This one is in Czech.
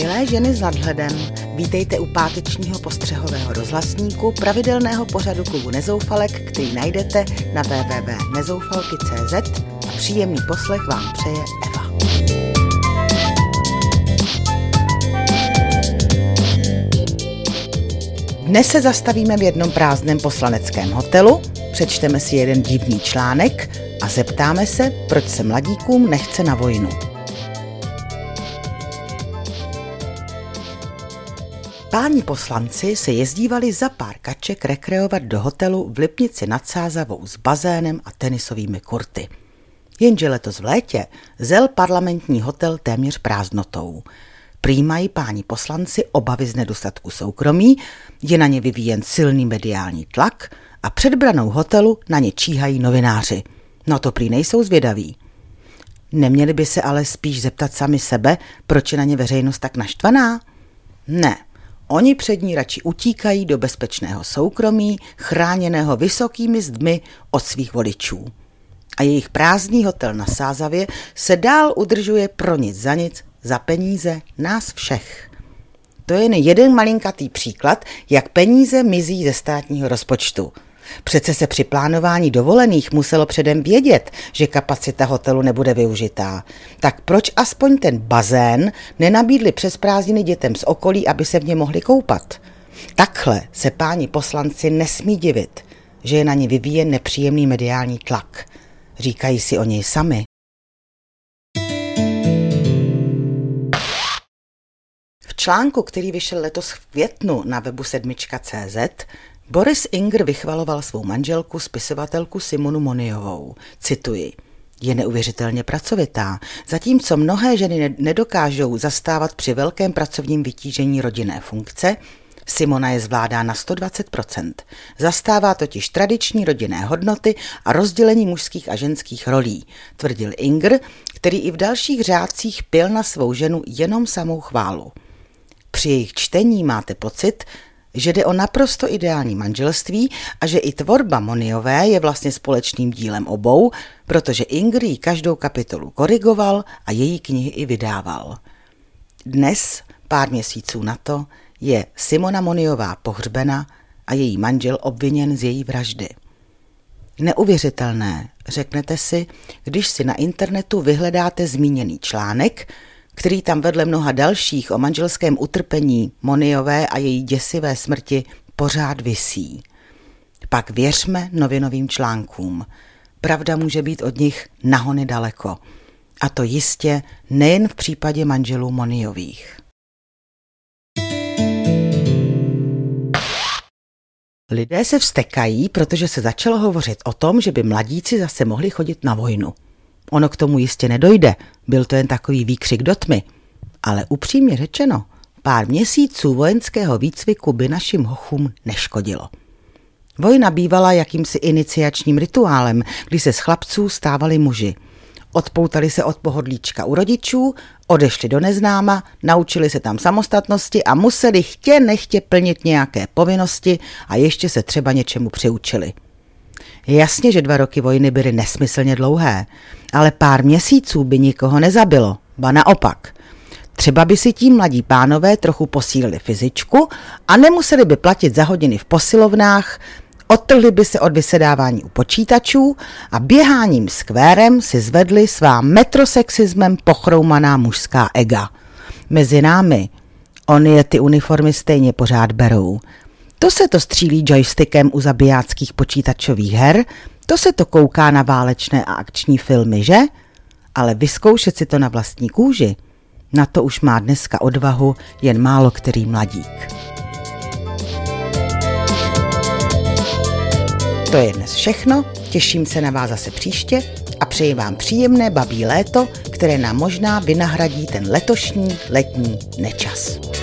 Milé ženy s nadhledem, vítejte u pátečního postřehového rozhlasníku pravidelného pořadu klubu Nezoufalek, který najdete na www.nezoufalky.cz a příjemný poslech vám přeje Eva. Dnes se zastavíme v jednom prázdném poslaneckém hotelu, přečteme si jeden divný článek a zeptáme se, proč se mladíkům nechce na vojnu. Páni poslanci se jezdívali za pár kaček rekreovat do hotelu v Lipnici nad Sázavou s bazénem a tenisovými kurty. Jenže letos v létě zel parlamentní hotel téměř prázdnotou. Prý mají páni poslanci obavy z nedostatku soukromí, je na ně vyvíjen silný mediální tlak a před branou hotelu na ně číhají novináři. No to prý nejsou zvědaví. Neměli by se ale spíš zeptat sami sebe, proč je na ně veřejnost tak naštvaná? Ne. Oni před ní radši utíkají do bezpečného soukromí, chráněného vysokými zdmi od svých voličů. A jejich prázdný hotel na Sázavě se dál udržuje pro nic za peníze nás všech. To je jen jeden malinkatý příklad, jak peníze mizí ze státního rozpočtu. Přece se při plánování dovolených muselo předem vědět, že kapacita hotelu nebude využitá. Tak proč aspoň ten bazén nenabídli přes prázdniny dětem z okolí, aby se v něm mohli koupat? Takhle se páni poslanci nesmí divit, že je na ně vyvíjen nepříjemný mediální tlak. Říkají si o něj sami. V článku, který vyšel letos v květnu na webu sedmička.cz, Boris Ingr vychvaloval svou manželku, spisovatelku Simonu Moniovou. Cituji: je neuvěřitelně pracovitá, zatímco mnohé ženy nedokážou zastávat při velkém pracovním vytížení rodinné funkce, Simona je zvládá na 120%. Zastává totiž tradiční rodinné hodnoty a rozdělení mužských a ženských rolí, tvrdil Ingr, který i v dalších řádcích pil na svou ženu jenom samou chválu. Při jejich čtení máte pocit, že jde o naprosto ideální manželství a že i tvorba Moniové je vlastně společným dílem obou, protože Ingr jí každou kapitolu korigoval a její knihy i vydával. Dnes, pár měsíců na to, je Simona Moniová pohřbena a její manžel obviněn z její vraždy. Neuvěřitelné, řeknete si, když si na internetu vyhledáte zmíněný článek, který tam vedle mnoha dalších o manželském utrpení Moniové a její děsivé smrti pořád visí. Pak věřme novinovým článkům. Pravda může být od nich nahony daleko. A to jistě nejen v případě manželů Moniových. Lidé se vztekají, protože se začalo hovořit o tom, že by mladíci zase mohli chodit na vojnu. Ono k tomu jistě nedojde, byl to jen takový výkřik do tmy. Ale upřímně řečeno, pár měsíců vojenského výcviku by našim hochům neškodilo. Vojna bývala jakýmsi iniciačním rituálem, kdy se z chlapců stávali muži. Odpoutali se od pohodlíčka u rodičů, odešli do neznáma, naučili se tam samostatnosti a museli chtě nechtě plnit nějaké povinnosti a ještě se třeba něčemu přiučili. Jasně, že 2 roky vojny byly nesmyslně dlouhé, ale pár měsíců by nikoho nezabilo, ba naopak. Třeba by si tím mladí pánové trochu posílili fyzičku a nemuseli by platit za hodiny v posilovnách, odtrhli by se od vysedávání u počítačů a běháním skvérem si zvedli svá metrosexismem pochroumaná mužská ega. Mezi námi, oni je ty uniformy stejně pořád berou. To se to střílí joystickem u zabijáckých počítačových her, to se to kouká na válečné a akční filmy, že? Ale vyzkoušet si to na vlastní kůži, na to už má dneska odvahu jen málo který mladík. To je dnes všechno, těším se na vás zase příště a přeji vám příjemné babí léto, které nám možná vynahradí ten letošní letní nečas.